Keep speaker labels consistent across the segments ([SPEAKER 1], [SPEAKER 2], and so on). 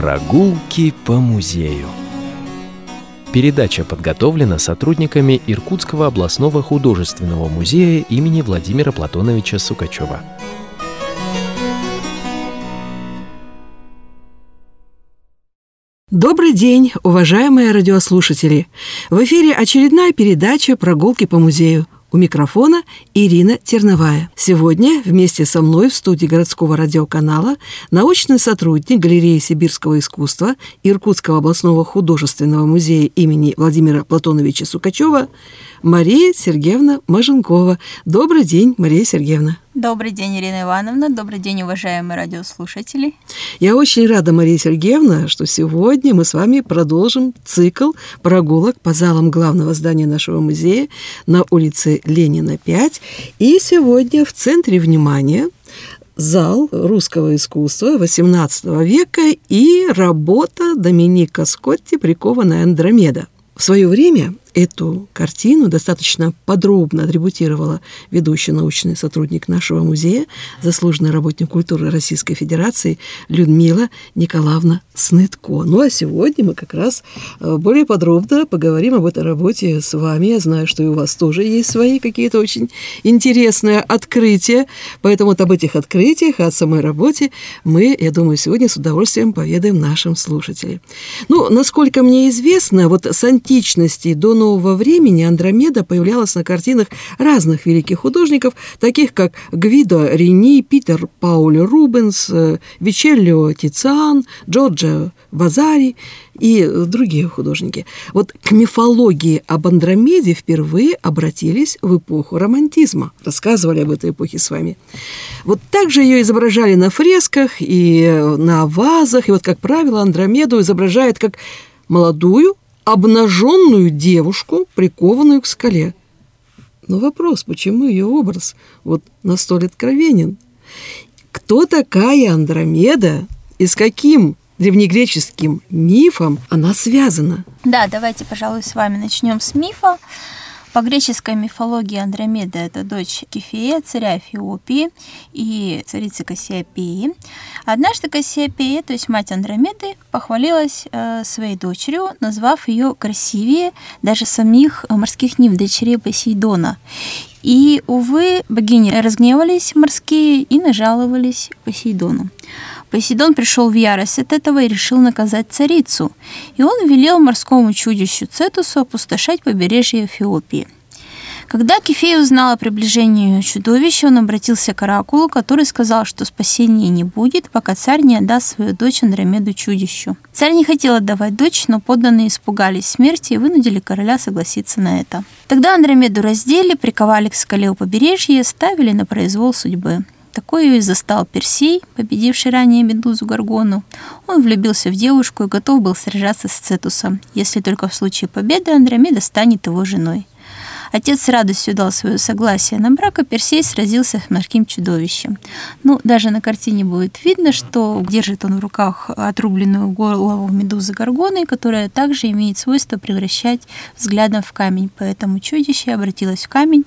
[SPEAKER 1] Прогулки по музею. Передача подготовлена сотрудниками Иркутского областного художественного музея имени Владимира Платоновича Сукачева.
[SPEAKER 2] Добрый день, уважаемые радиослушатели! В эфире очередная передача «Прогулки по музею». У микрофона Ирина Терновая. Сегодня вместе со мной в студии городского радиоканала научный сотрудник галереи сибирского искусства Иркутского областного художественного музея имени Владимира Платоновича Сукачева Мария Сергеевна Маженкова. Добрый день, Мария Сергеевна.
[SPEAKER 3] Добрый день, Ирина Ивановна. Добрый день, уважаемые радиослушатели.
[SPEAKER 2] Я очень рада, Мария Сергеевна, что сегодня мы с вами продолжим цикл прогулок по залам главного здания нашего музея на улице Ленина, 5. И сегодня в центре внимания зал русского искусства XVIII века и работа Доминика Скотти «Прикованная Андромеда». В свое время эту картину достаточно подробно атрибутировала ведущий научный сотрудник нашего музея, заслуженный работник культуры Российской Федерации Людмила Николаевна Снытко. Ну а сегодня мы как раз более подробно поговорим об этой работе с вами. Я знаю, что и у вас тоже есть свои какие-то очень интересные открытия, поэтому вот об этих открытиях, о самой работе мы, я думаю, сегодня с удовольствием поведаем нашим слушателям. Ну, насколько мне известно, вот с античности до нового времени Андромеда появлялась на картинах разных великих художников, таких как Гвидо Рени, Питер Пауль Рубенс, Вичеллио Тициан, Джорджо Вазари и другие художники. Вот к мифологии об Андромеде впервые обратились в эпоху романтизма. Рассказывали об этой эпохе с вами. Вот так же ее изображали на фресках и на вазах. И вот, как правило, Андромеду изображают как молодую, обнаженную девушку, прикованную к скале. Но вопрос, почему ее образ вот настолько откровенен? Кто такая Андромеда и с каким древнегреческим мифом она связана?
[SPEAKER 3] Да, давайте, пожалуй, с вами начнем с мифа. По греческой мифологии Андромеда – это дочь Кефея, царя Эфиопии и царицы Кассиопеи. Однажды Кассиопея, то есть мать Андромеды, похвалилась своей дочерью, назвав ее красивее даже самих морских нимф, дочерей Посейдона. И, увы, богини разгневались морские и нажаловались Посейдону. Посейдон пришел в ярость от этого и решил наказать царицу. И он велел морскому чудищу Цетусу опустошать побережье Эфиопии. Когда Кефей узнал о приближении чудовища, он обратился к оракулу, который сказал, что спасения не будет, пока царь не отдаст свою дочь Андромеду чудищу. Царь не хотел отдавать дочь, но подданные испугались смерти и вынудили короля согласиться на это. Тогда Андромеду раздели, приковали к скале у побережья и оставили на произвол судьбы. Такой ее и застал Персей, победивший ранее Медузу Горгону. Он влюбился в девушку и готов был сражаться с Цетусом, если только в случае победы Андромеда станет его женой. Отец с радостью дал свое согласие на брак, и Персей сразился с морским чудовищем. Ну, даже на картине будет видно, что держит он в руках отрубленную голову Медузы Горгоны, которая также имеет свойство превращать взглядом в камень. Поэтому чудище обратилось в камень,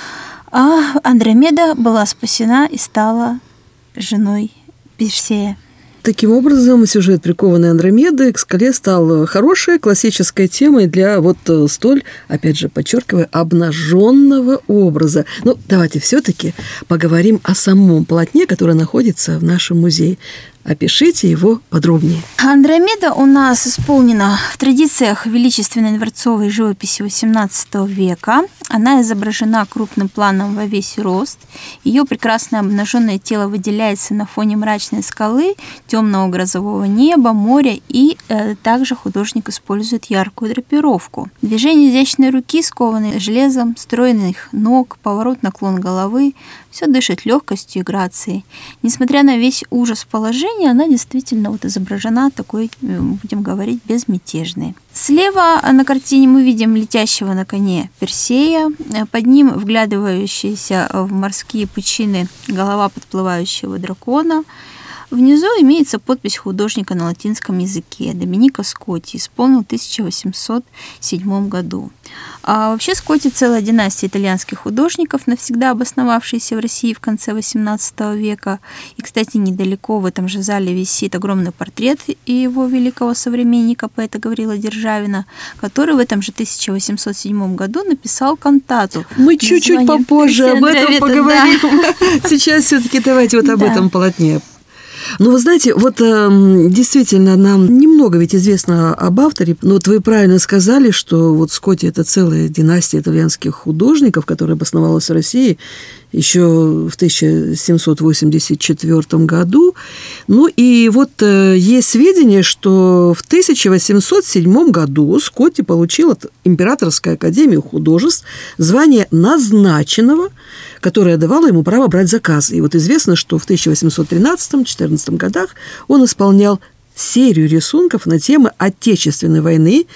[SPEAKER 3] а Андромеда была спасена и стала женой Персея.
[SPEAKER 2] Таким образом, сюжет прикованной Андромеды к скале стал хорошей классической темой для вот столь, опять же, подчеркиваю, обнаженного образа. Ну, давайте все-таки поговорим о самом полотне, которое находится в нашем музее. Опишите его подробнее.
[SPEAKER 3] Андромеда у нас исполнена в традициях величественной дворцовой живописи XVIII века. Она изображена крупным планом во весь рост. Ее прекрасное обнаженное тело выделяется на фоне мрачной скалы, темного грозового неба, моря, и также художник использует яркую драпировку. Движение изящной руки, скованной железом, стройных ног, поворот, наклон головы – все дышит легкостью и грацией. Несмотря на весь ужас положения, она действительно вот изображена такой, будем говорить, безмятежной. Слева на картине мы видим летящего на коне Персея, под ним вглядывающаяся в морские пучины голова подплывающего дракона. Внизу имеется подпись художника на латинском языке Доменико Скотти, исполнил в 1807 году. А вообще Скотти — целая династия итальянских художников, навсегда обосновавшаяся в России в конце XVIII века. И, кстати, недалеко в этом же зале висит огромный портрет его великого современника, поэта Гаврила Державина, который в этом же 1807 году написал кантату.
[SPEAKER 2] Мы чуть-чуть попозже об этом поговорим. Да. Сейчас все-таки давайте об этом полотне. Ну, вы знаете, действительно, нам немного ведь известно об авторе, но вы правильно сказали, что Скотти — это целая династия итальянских художников, которая обосновалась в России еще в 1784 году. Ну, и есть сведения, что в 1807 году Скотти получил от Императорской академии художеств звание назначенного, которое давало ему право брать заказы. И известно, что в 1813-14 годах он исполнял серию рисунков на темы Отечественной войны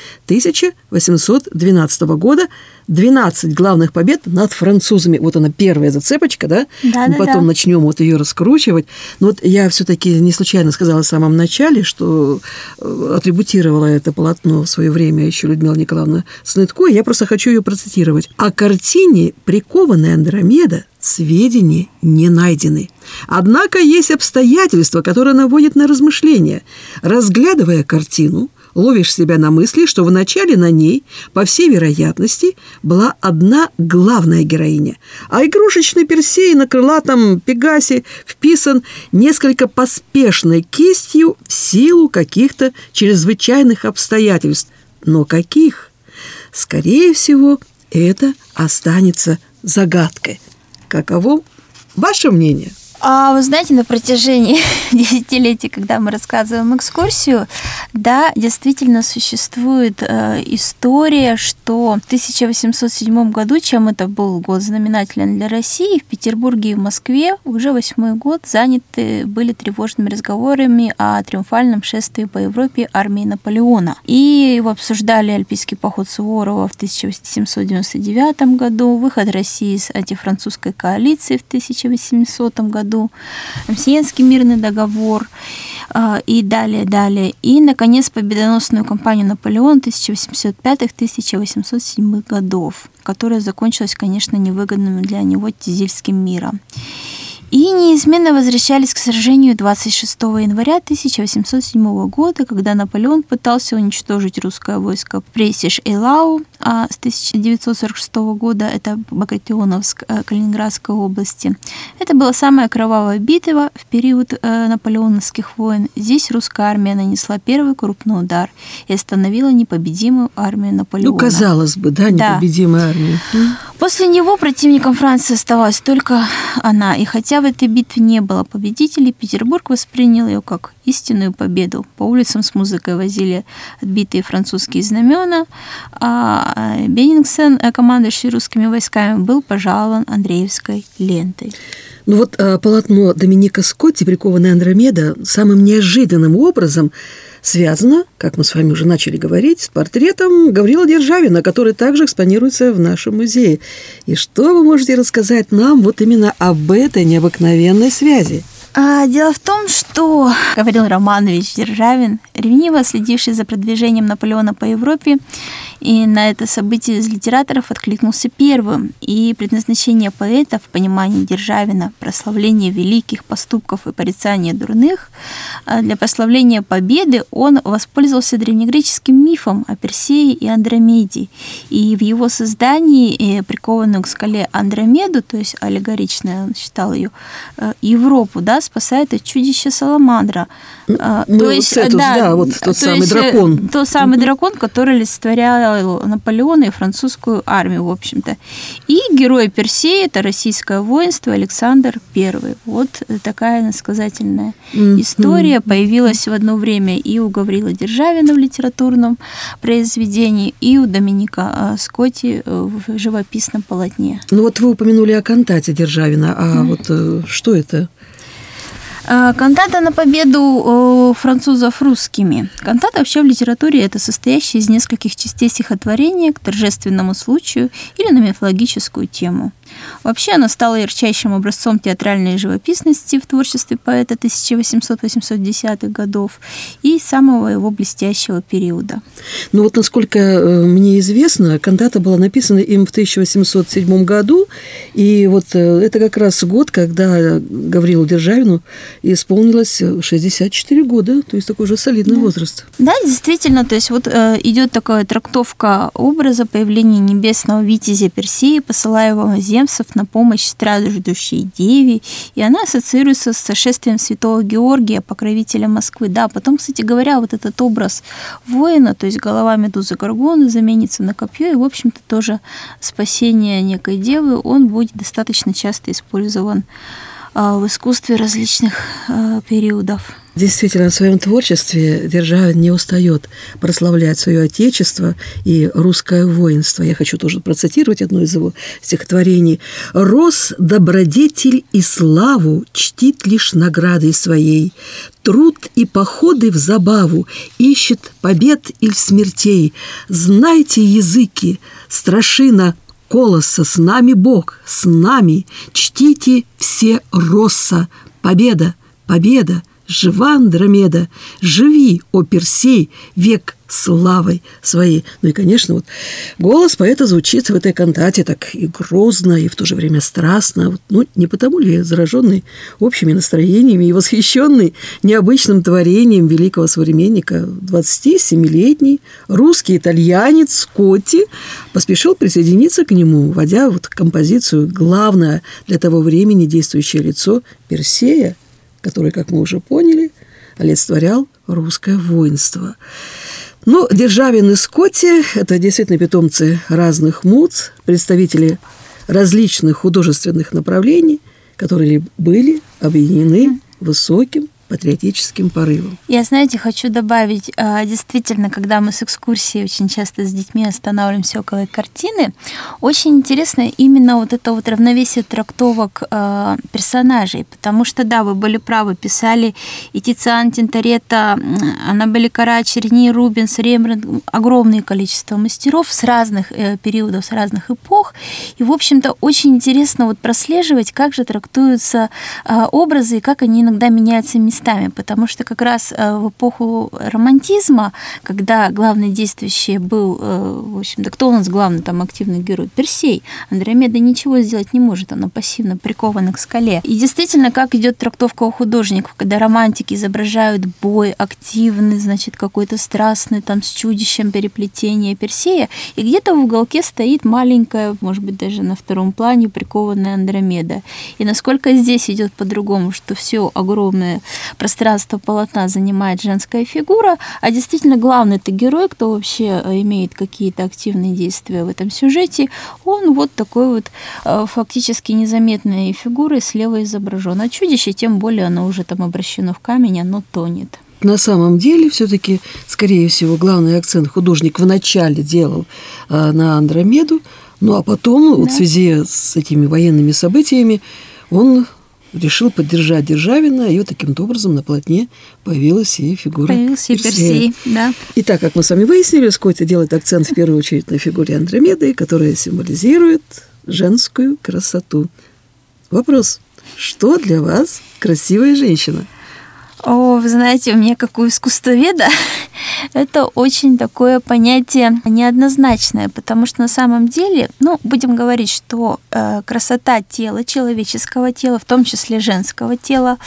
[SPEAKER 2] 1812 года, 12 главных побед над французами. Она первая зацепочка, да? Мы потом начнем ее раскручивать. Но я все-таки не случайно сказала в самом начале, что атрибутировала это полотно в свое время еще Людмила Николаевна Снытко. Я просто хочу ее процитировать. О картине «Прикованная Андромеда» сведения не найдены. Однако есть обстоятельства, которые наводят на размышления. Разглядывая картину, ловишь себя на мысли, что вначале на ней, по всей вероятности, была одна главная героиня, а игрушечный Персей на крылатом Пегасе вписан несколько поспешной кистью в силу каких-то чрезвычайных обстоятельств. Но каких? Скорее всего, это останется загадкой. Каково ваше мнение?
[SPEAKER 3] Вы знаете, на протяжении десятилетий, когда мы рассказываем экскурсию, да, действительно существует история, что в 1807 году, чем это был год знаменателен для России, в Петербурге и в Москве уже 8-й год заняты были тревожными разговорами о триумфальном шествии по Европе армии Наполеона. И его обсуждали альпийский поход Суворова в 1799 году, выход России из антифранцузской коалиции в 1800 году, Мсьенский мирный договор и далее. И, наконец, победоносную кампанию Наполеона 1805-1807 годов, которая закончилась, конечно, невыгодным для него Тизильским миром. И неизменно возвращались к сражению 26 января 1807 года, когда Наполеон пытался уничтожить русское войско при Сиш-Эйлау, а с 1946 года это Багратионовск Калининградской области. Это была самая кровавая битва в период наполеоновских войн. Здесь русская армия нанесла первый крупный удар и остановила непобедимую армию Наполеона.
[SPEAKER 2] Казалось бы, непобедимая армия.
[SPEAKER 3] После него противником Франции оставалась только она. И хотя в этой битве не было победителей, Петербург воспринял ее как истинную победу. По улицам с музыкой возили отбитые французские знамена, а Беннингсен, командующий русскими войсками, был пожалован Андреевской лентой.
[SPEAKER 2] Полотно Доменико Скотти «Прикованная Андромеда» самым неожиданным образом связано, как мы с вами уже начали говорить, с портретом Гаврила Державина, который также экспонируется в нашем музее. И что вы можете рассказать нам именно об этой необыкновенной связи?
[SPEAKER 3] Дело в том, что Гаврил Романович Державин, ревниво следивший за продвижением Наполеона по Европе, и на это событие из литераторов откликнулся первым. И предназначение поэта в понимании Державина – прославление великих поступков и порицание дурных. Для прославления победы он воспользовался древнегреческим мифом о Персее и Андромеде. И в его создании прикованную к скале Андромеду, то есть аллегорично он считал ее, Европу, спасает от чудища Саламандра.
[SPEAKER 2] Тот самый дракон.
[SPEAKER 3] Тот самый дракон, который олицетворял Наполеона и французскую армию, в общем-то. И герой Персея – это российское воинство Александр I. Такая иносказательная история появилась в одно время и у Гаврила Державина в литературном произведении, и у Доменико Скотти в живописном полотне.
[SPEAKER 2] Вы упомянули о кантате Державина, а что это?
[SPEAKER 3] Кантата на победу французов русскими. Кантата вообще в литературе – это состоящее из нескольких частей стихотворения к торжественному случаю или на мифологическую тему. Вообще она стала ярчайшим образцом театральной живописности в творчестве поэта 1800-810-х годов и самого его блестящего периода.
[SPEAKER 2] Ну вот, насколько мне известно, кантата была написана им в 1807 году, и вот это как раз год, когда Гаврилу Державину исполнилось 64 года, то есть такой же солидный возраст.
[SPEAKER 3] Да, действительно, то есть вот идет такая трактовка образа появления небесного витязя Персея, посылаемого земцев на помощь страждущей деве, и она ассоциируется с сошествием святого Георгия, покровителя Москвы. Да, потом, кстати говоря, вот этот образ воина, то есть голова медузы Горгоны заменится на копье, и, в общем-то, тоже спасение некой девы, он будет достаточно часто использован в искусстве различных периодов.
[SPEAKER 2] Действительно, в своем творчестве Державин не устает прославлять свое отечество и русское воинство. Я хочу тоже процитировать одно из его стихотворений. «Рос добродетель и славу чтит лишь наградой своей, труд и походы в забаву ищет побед иль смертей. Знайте языки, страшина колоса, с нами Бог, с нами, чтите все росса, победа, победа, жива Андромеда, живи, о Персей, век славой своей». Ну и, конечно, вот голос поэта звучит в этой кантате так и грозно, и в то же время страстно. Ну, не потому ли зараженный общими настроениями и восхищенный необычным творением великого современника 27-летний русский итальянец Скотти поспешил присоединиться к нему, вводя вот композицию главное для того времени действующее лицо Персея, который, как мы уже поняли, олицетворял русское воинство. Ну, Державин и Скотти – это действительно питомцы разных муз, представители различных художественных направлений, которые были объединены высоким патриотическим порывом.
[SPEAKER 3] Я, знаете, хочу добавить, действительно, когда мы с экскурсией очень часто с детьми останавливаемся около картины, очень интересно именно вот это вот равновесие трактовок персонажей, потому что, да, вы были правы, писали и Тициан, Тинторетто, Аннабель Карачи, Рени, Рубенс, Рембрандт, огромное количество мастеров с разных периодов, с разных эпох, и, в общем-то, очень интересно вот прослеживать, как же трактуются образы и как они иногда меняются местами, потому что как раз в эпоху романтизма, когда главный действующий был, в общем-то, кто у нас главный там активный герой? Персей. Андромеда ничего сделать не может, она пассивно прикована к скале. И действительно, как идет трактовка у художников, когда романтики изображают бой активный, значит, какой-то страстный, там, с чудищем переплетения Персея, и где-то в уголке стоит маленькая, может быть, даже на втором плане прикованная Андромеда. И насколько здесь идет по-другому, что все огромное пространство полотна занимает женская фигура, а действительно главный-то герой, кто вообще имеет какие-то активные действия в этом сюжете, он вот такой вот фактически незаметной фигурой слева изображен. А чудище, тем более, оно уже там обращено в камень, оно тонет.
[SPEAKER 2] На самом деле, все-таки, скорее всего, главный акцент художник вначале делал на Андромеду, ну а потом, вот в связи с этими военными событиями, он решил поддержать Державина, и вот таким образом на полотне появилась и фигура
[SPEAKER 3] Персея. Да.
[SPEAKER 2] И так, как мы с вами выяснили, Скотти делает акцент в первую очередь на фигуре Андромеды, которая символизирует женскую красоту. Вопрос: что для вас красивая женщина?
[SPEAKER 3] О, вы знаете, у меня, как у искусствоведа, это очень такое понятие неоднозначное, потому что на самом деле, ну, будем говорить, что красота тела, человеческого тела, в том числе женского тела,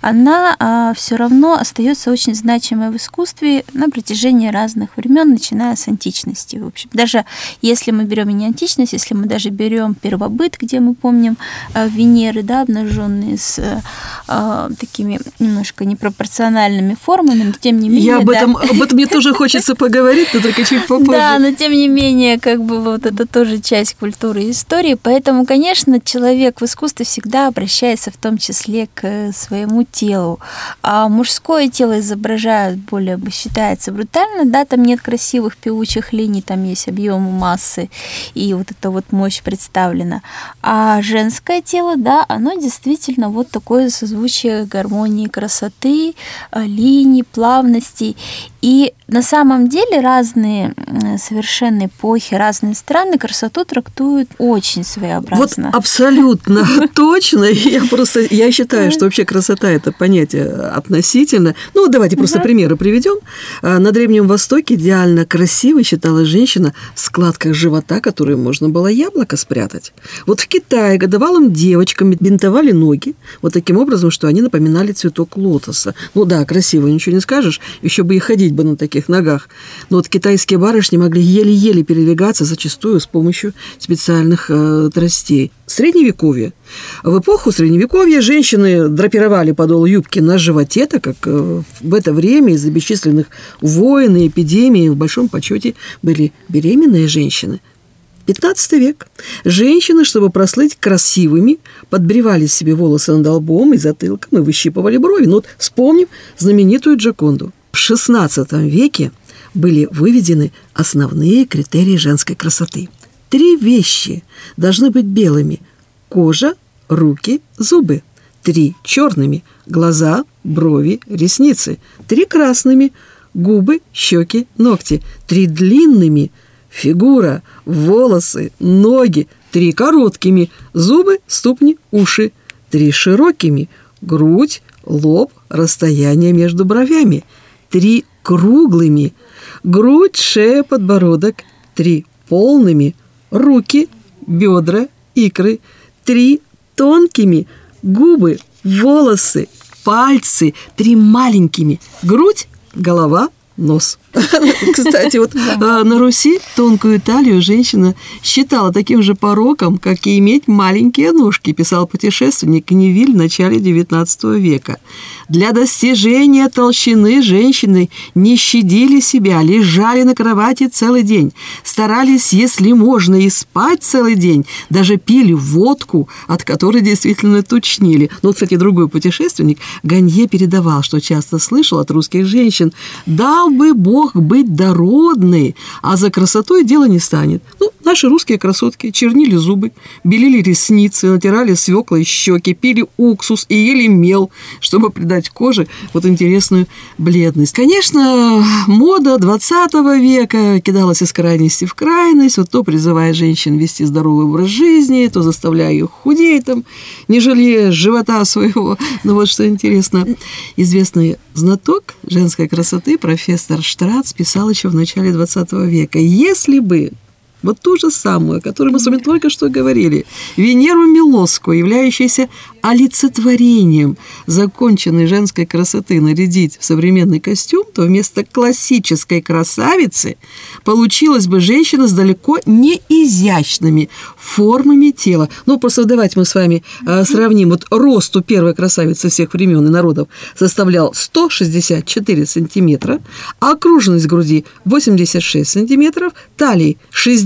[SPEAKER 3] она все равно остается очень значимой в искусстве на протяжении разных времен, начиная с античности. В общем, даже если мы берем не античность, если мы даже берем первобыт, где мы помним Венеры, да, обнаженные с такими немножко непропорциональными формами, но тем не менее...
[SPEAKER 2] Об этом мне тоже хочется поговорить, но только чуть попозже.
[SPEAKER 3] Да, но тем не менее, как бы вот это тоже часть культуры и истории, поэтому, конечно, человек в искусстве всегда обращается в том числе к своему телу. А мужское тело изображают более, считается, брутально, да, там нет красивых певучих линий, там есть объем массы, и вот эта вот мощь представлена. А женское тело, да, оно действительно вот такое созвучие гармонии красоты, линий, плавностей. И на самом деле разные совершенно эпохи, разные страны красоту трактуют очень своеобразно.
[SPEAKER 2] Вот абсолютно точно. Я считаю, что вообще красота – это понятие относительно. Ну, давайте просто примеры приведем. На Древнем Востоке идеально красивой считалась женщина в складках живота, которые можно было яблоко спрятать. Вот в Китае годовалым девочкам бинтовали ноги вот таким образом, что они напоминали цветок лотоса. Ну да, красиво, ничего не скажешь, еще бы и ходить бы на таких ногах. Но вот китайские барышни могли еле-еле передвигаться, зачастую с помощью специальных тростей. Средневековье. В эпоху Средневековья женщины драпировали подол юбки на животе, так как в это время из-за бесчисленных войн и эпидемий в большом почете были беременные женщины. 15 век. Женщины, чтобы прослыть красивыми, подбривали себе волосы над лбом и затылком и выщипывали брови. Ну вот вспомним знаменитую Джоконду. В XVI веке были выведены основные критерии женской красоты. 3 вещи должны быть белыми: кожа, руки, зубы. 3 черными: глаза, брови, ресницы. 3 красными: губы, щеки, ногти. 3 длинными: фигура, волосы, ноги. 3 короткими: зубы, ступни, уши. 3 широкими: грудь, лоб, расстояние между бровями. 3 круглыми: грудь, шея, подбородок. 3 полными: руки, бедра, икры. 3 тонкими: губы, волосы, пальцы. 3 маленькими: грудь, голова, нос. Кстати, вот на Руси тонкую талию женщина считала таким же пороком, как и иметь маленькие ножки, писал путешественник Невиль в начале XIX века. Для достижения толщины женщины не щадили себя, лежали на кровати целый день, старались, если можно, и спать целый день, даже пили водку, от которой действительно тучнили. Ну, кстати, другой путешественник Ганье передавал, что часто слышал от русских женщин: «Дал бы Бог быть дородной, а за красотой дело не станет». Ну, наши русские красотки чернили зубы, белили ресницы, натирали свеклой щеки, пили уксус и ели мел, чтобы придать коже вот интересную бледность. Конечно, мода 20 века кидалась из крайности в крайность, вот то призывая женщин вести здоровый образ жизни, то заставляя их худеть, там, не жалея живота своего. Но вот что интересно, известный знаток женской красоты профессор Штрац писал еще в начале 20 века: если бы вот ту же самую, о которой мы с вами только что говорили, Венеру Милосскую, являющуюся олицетворением законченной женской красоты, нарядить в современный костюм, то вместо классической красавицы получилась бы женщина с далеко не изящными формами тела. Ну, просто давайте мы с вами сравним. Вот рост у первой красавицы всех времен и народов составлял 164 сантиметра, а окружность груди 86 сантиметров, талии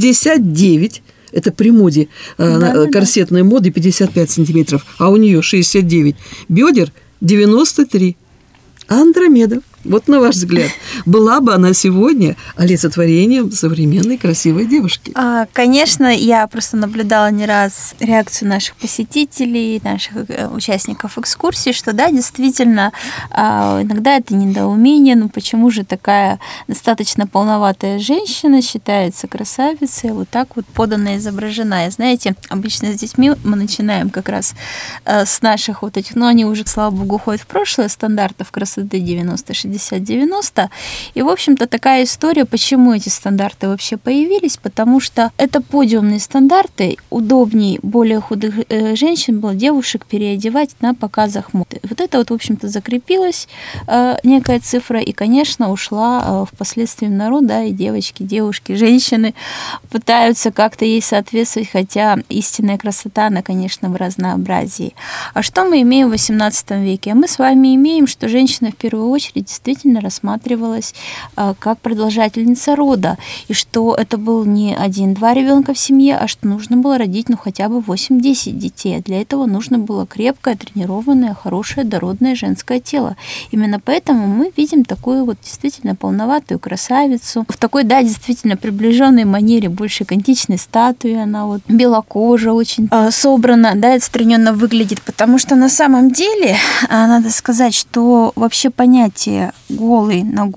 [SPEAKER 2] 69. Это при моде, корсетной моды 55 сантиметров, а у нее 69. Бедер 93. Андромеда. Вот на ваш взгляд, была бы она сегодня олицетворением современной красивой девушки?
[SPEAKER 3] Конечно, я просто наблюдала не раз реакцию наших посетителей, наших участников экскурсий, что да, действительно, иногда это недоумение, ну почему же такая достаточно полноватая женщина считается красавицей, вот так вот подана, изображена. И знаете, обычно с детьми мы начинаем как раз с наших вот этих, но они уже, слава богу, уходят в прошлое, стандартов красоты 90-60-90. И, в общем-то, такая история, почему эти стандарты вообще появились, потому что это подиумные стандарты, удобнее более худых женщин было девушек переодевать на показах моды. Вот это вот, в общем-то, закрепилась некая цифра и, конечно, ушла впоследствии в народ, да, и девочки, девушки, женщины пытаются как-то ей соответствовать, хотя истинная красота, она, конечно, в разнообразии. А что мы имеем в XVIII веке? Мы с вами имеем, что женщина в первую очередь действительно рассматривалась как продолжательница рода, и что это был не 1-2 ребенка в семье, а что нужно было родить хотя бы 8-10 детей. А для этого нужно было крепкое, тренированное, хорошее, дородное женское тело. Именно поэтому мы видим такую вот действительно полноватую красавицу в такой, да, действительно приближенной манере, больше к античной статуе. Она вот белокожая, очень собрана, да, отстраненно выглядит, потому что на самом деле надо сказать, что вообще понятие голый, нагой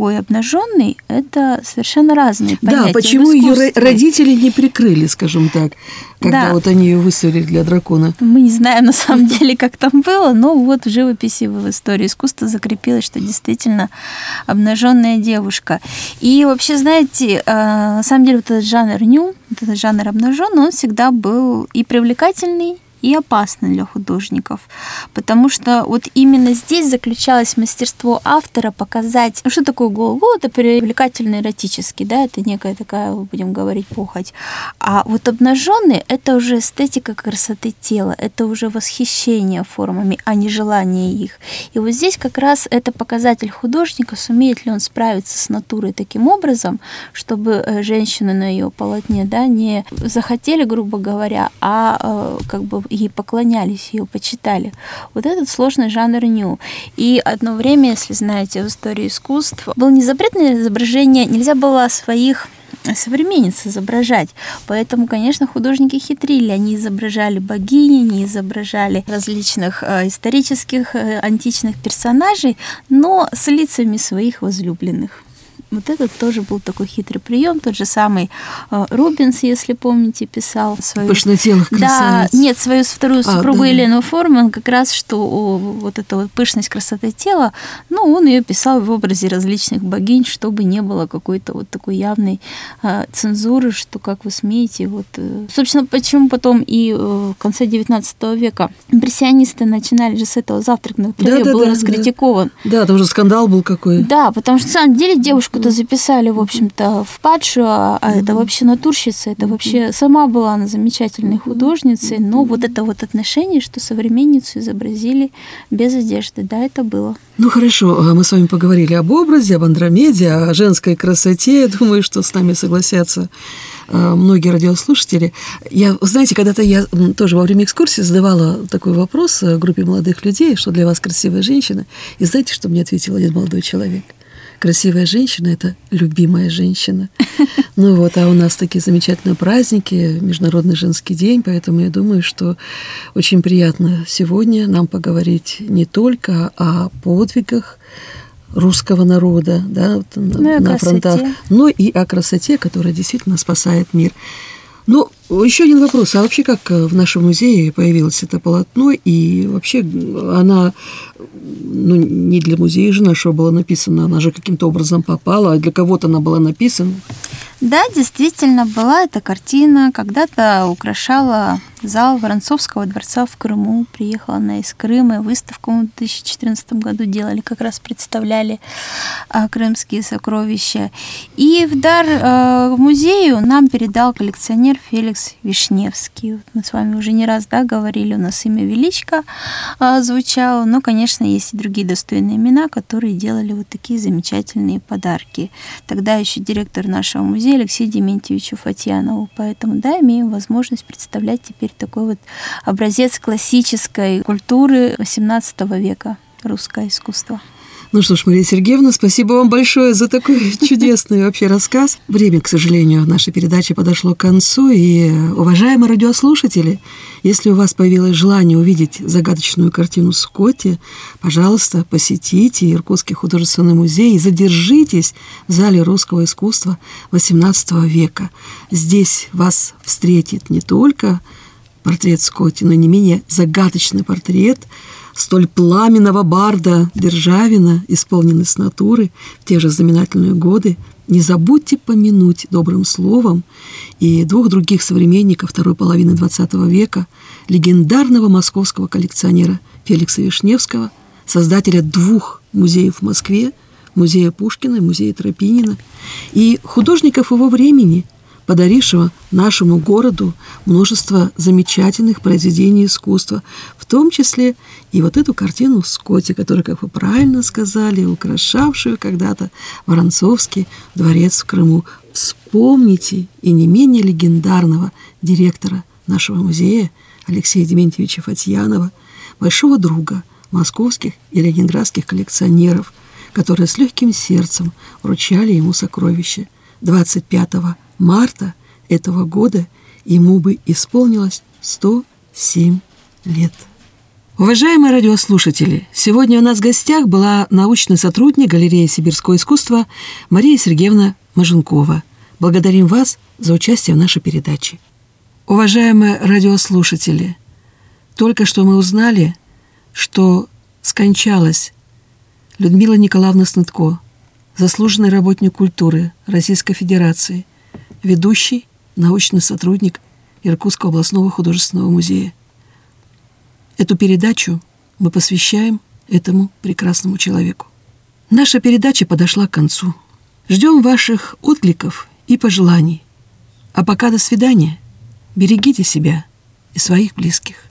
[SPEAKER 3] такой обнаженный – это совершенно разные понятия.
[SPEAKER 2] Да, почему ее родители не прикрыли, скажем так, когда
[SPEAKER 3] да.
[SPEAKER 2] Вот они ее выставили для дракона?
[SPEAKER 3] Мы не знаем на самом деле, как там было, но вот в живописи, в истории искусства закрепилось, что действительно обнаженная девушка. И вообще, знаете, на самом деле вот этот жанр ню, вот этот жанр обнаженный, он всегда был и привлекательный, и опасно для художников, потому что вот именно здесь заключалось мастерство автора показать, что такое гол. Гол — это привлекательно эротический, да, это некая такая, будем говорить, похоть. А вот обнаженный — это уже эстетика красоты тела, это уже восхищение формами, а не желание их. И вот здесь как раз это показатель художника, сумеет ли он справиться с натурой таким образом, чтобы женщины на ее полотне, да, не захотели, грубо говоря, а как бы ей поклонялись, ее почитали. Вот этот сложный жанр ню. И одно время, если знаете, в истории искусств, был не запрет на изображение, нельзя было своих современниц изображать. Поэтому, конечно, художники хитрили. Они изображали богини, они изображали различных исторических, античных персонажей, но с лицами своих возлюбленных. Вот этот тоже был такой хитрый прием. Тот же самый Рубенс, если помните, писал свою...
[SPEAKER 2] Пышнотелых красавиц.
[SPEAKER 3] Да, нет, свою вторую супругу Елену Форман, как раз, что вот эта вот пышность красоты тела, ну, он ее писал в образе различных богинь, чтобы не было какой-то вот такой явной цензуры, что, как вы смеете, вот... Собственно, почему потом и в конце XIX века импрессионисты начинали же с этого «Завтрак на траве», был раскритикован.
[SPEAKER 2] Да, там уже скандал был какой.
[SPEAKER 3] Да, потому что, на самом деле, девушку-то записали, в общем-то, в падшую, а это вообще натурщица, это вообще сама была она замечательной художницей, но вот это вот отношение, что современницу изобразили без одежды, да, это было.
[SPEAKER 2] Ну, хорошо, мы с вами поговорили об образе, об Андромеде, о женской красоте. Я думаю, что с нами согласятся многие радиослушатели. Знаете, когда-то я тоже во время экскурсии задавала такой вопрос группе молодых людей, что для вас красивая женщина, и знаете, что мне ответил один молодой человек? Красивая женщина – это любимая женщина. Ну вот, а у нас такие замечательные праздники, Международный женский день, поэтому я думаю, что очень приятно сегодня нам поговорить не только о подвигах русского народа, да, на фронтах, но и о красоте, которая действительно спасает мир. Ну, еще один вопрос. А вообще, как в нашем музее появилось это полотно? И вообще она, ну, не для музея же нашего была написана, она же каким-то образом попала, а для кого-то она была написана.
[SPEAKER 3] Да, действительно, была эта картина. Когда-то украшала зал Воронцовского дворца в Крыму. Приехала она из Крыма. Выставку в 2014 году делали, как раз представляли крымские сокровища. И в дар музею нам передал коллекционер Феликс Вишневский. Мы с вами уже не раз, да, говорили, у нас имя Величко звучало. Но, конечно, есть и другие достойные имена, которые делали вот такие замечательные подарки. Тогда еще директор нашего музея Алексею Дементьевичу Фатьянову. Поэтому, да, имеем возможность представлять теперь такой вот образец классической культуры XVIII века, русское искусство.
[SPEAKER 2] Ну что ж, Мария Сергеевна, спасибо вам большое за такой чудесный вообще рассказ. Время, к сожалению, нашей передачи подошло к концу. И, уважаемые радиослушатели, если у вас появилось желание увидеть загадочную картину Скотти, пожалуйста, посетите Иркутский художественный музей и задержитесь в зале русского искусства XVIII века. Здесь вас встретит не только портрет Скотти, но не менее загадочный портрет столь пламенного барда Державина, исполненный с натуры в те же знаменательные годы. Не забудьте помянуть добрым словом и двух других современников второй половины XX века, легендарного московского коллекционера Феликса Вишневского, создателя двух музеев в Москве, музея Пушкина и музея Тропинина, и художников его времени, подарившего нашему городу множество замечательных произведений искусства, в том числе и вот эту картину Скотти, которую, как вы правильно сказали, украшавшую когда-то Воронцовский дворец в Крыму. Вспомните и не менее легендарного директора нашего музея Алексея Дементьевича Фатьянова, большого друга московских и ленинградских коллекционеров, которые с легким сердцем вручали ему сокровища. 25 марта этого года ему бы исполнилось 107 лет. Уважаемые радиослушатели, сегодня у нас в гостях была научный сотрудник галереи сибирского искусства Мария Сергеевна Маженкова. Благодарим вас за участие в нашей передаче. Уважаемые радиослушатели, только что мы узнали, что скончалась Людмила Николаевна Снытко, заслуженный работник культуры Российской Федерации, ведущий научный сотрудник Иркутского областного художественного музея. Эту передачу мы посвящаем этому прекрасному человеку. Наша передача подошла к концу. Ждем ваших откликов и пожеланий. А пока до свидания. Берегите себя и своих близких.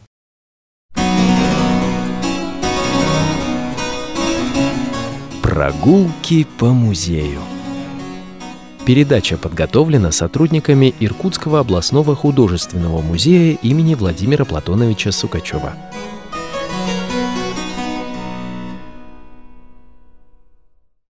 [SPEAKER 1] Прогулки по музею. Передача подготовлена сотрудниками Иркутского областного художественного музея имени Владимира Платоновича Сукачева.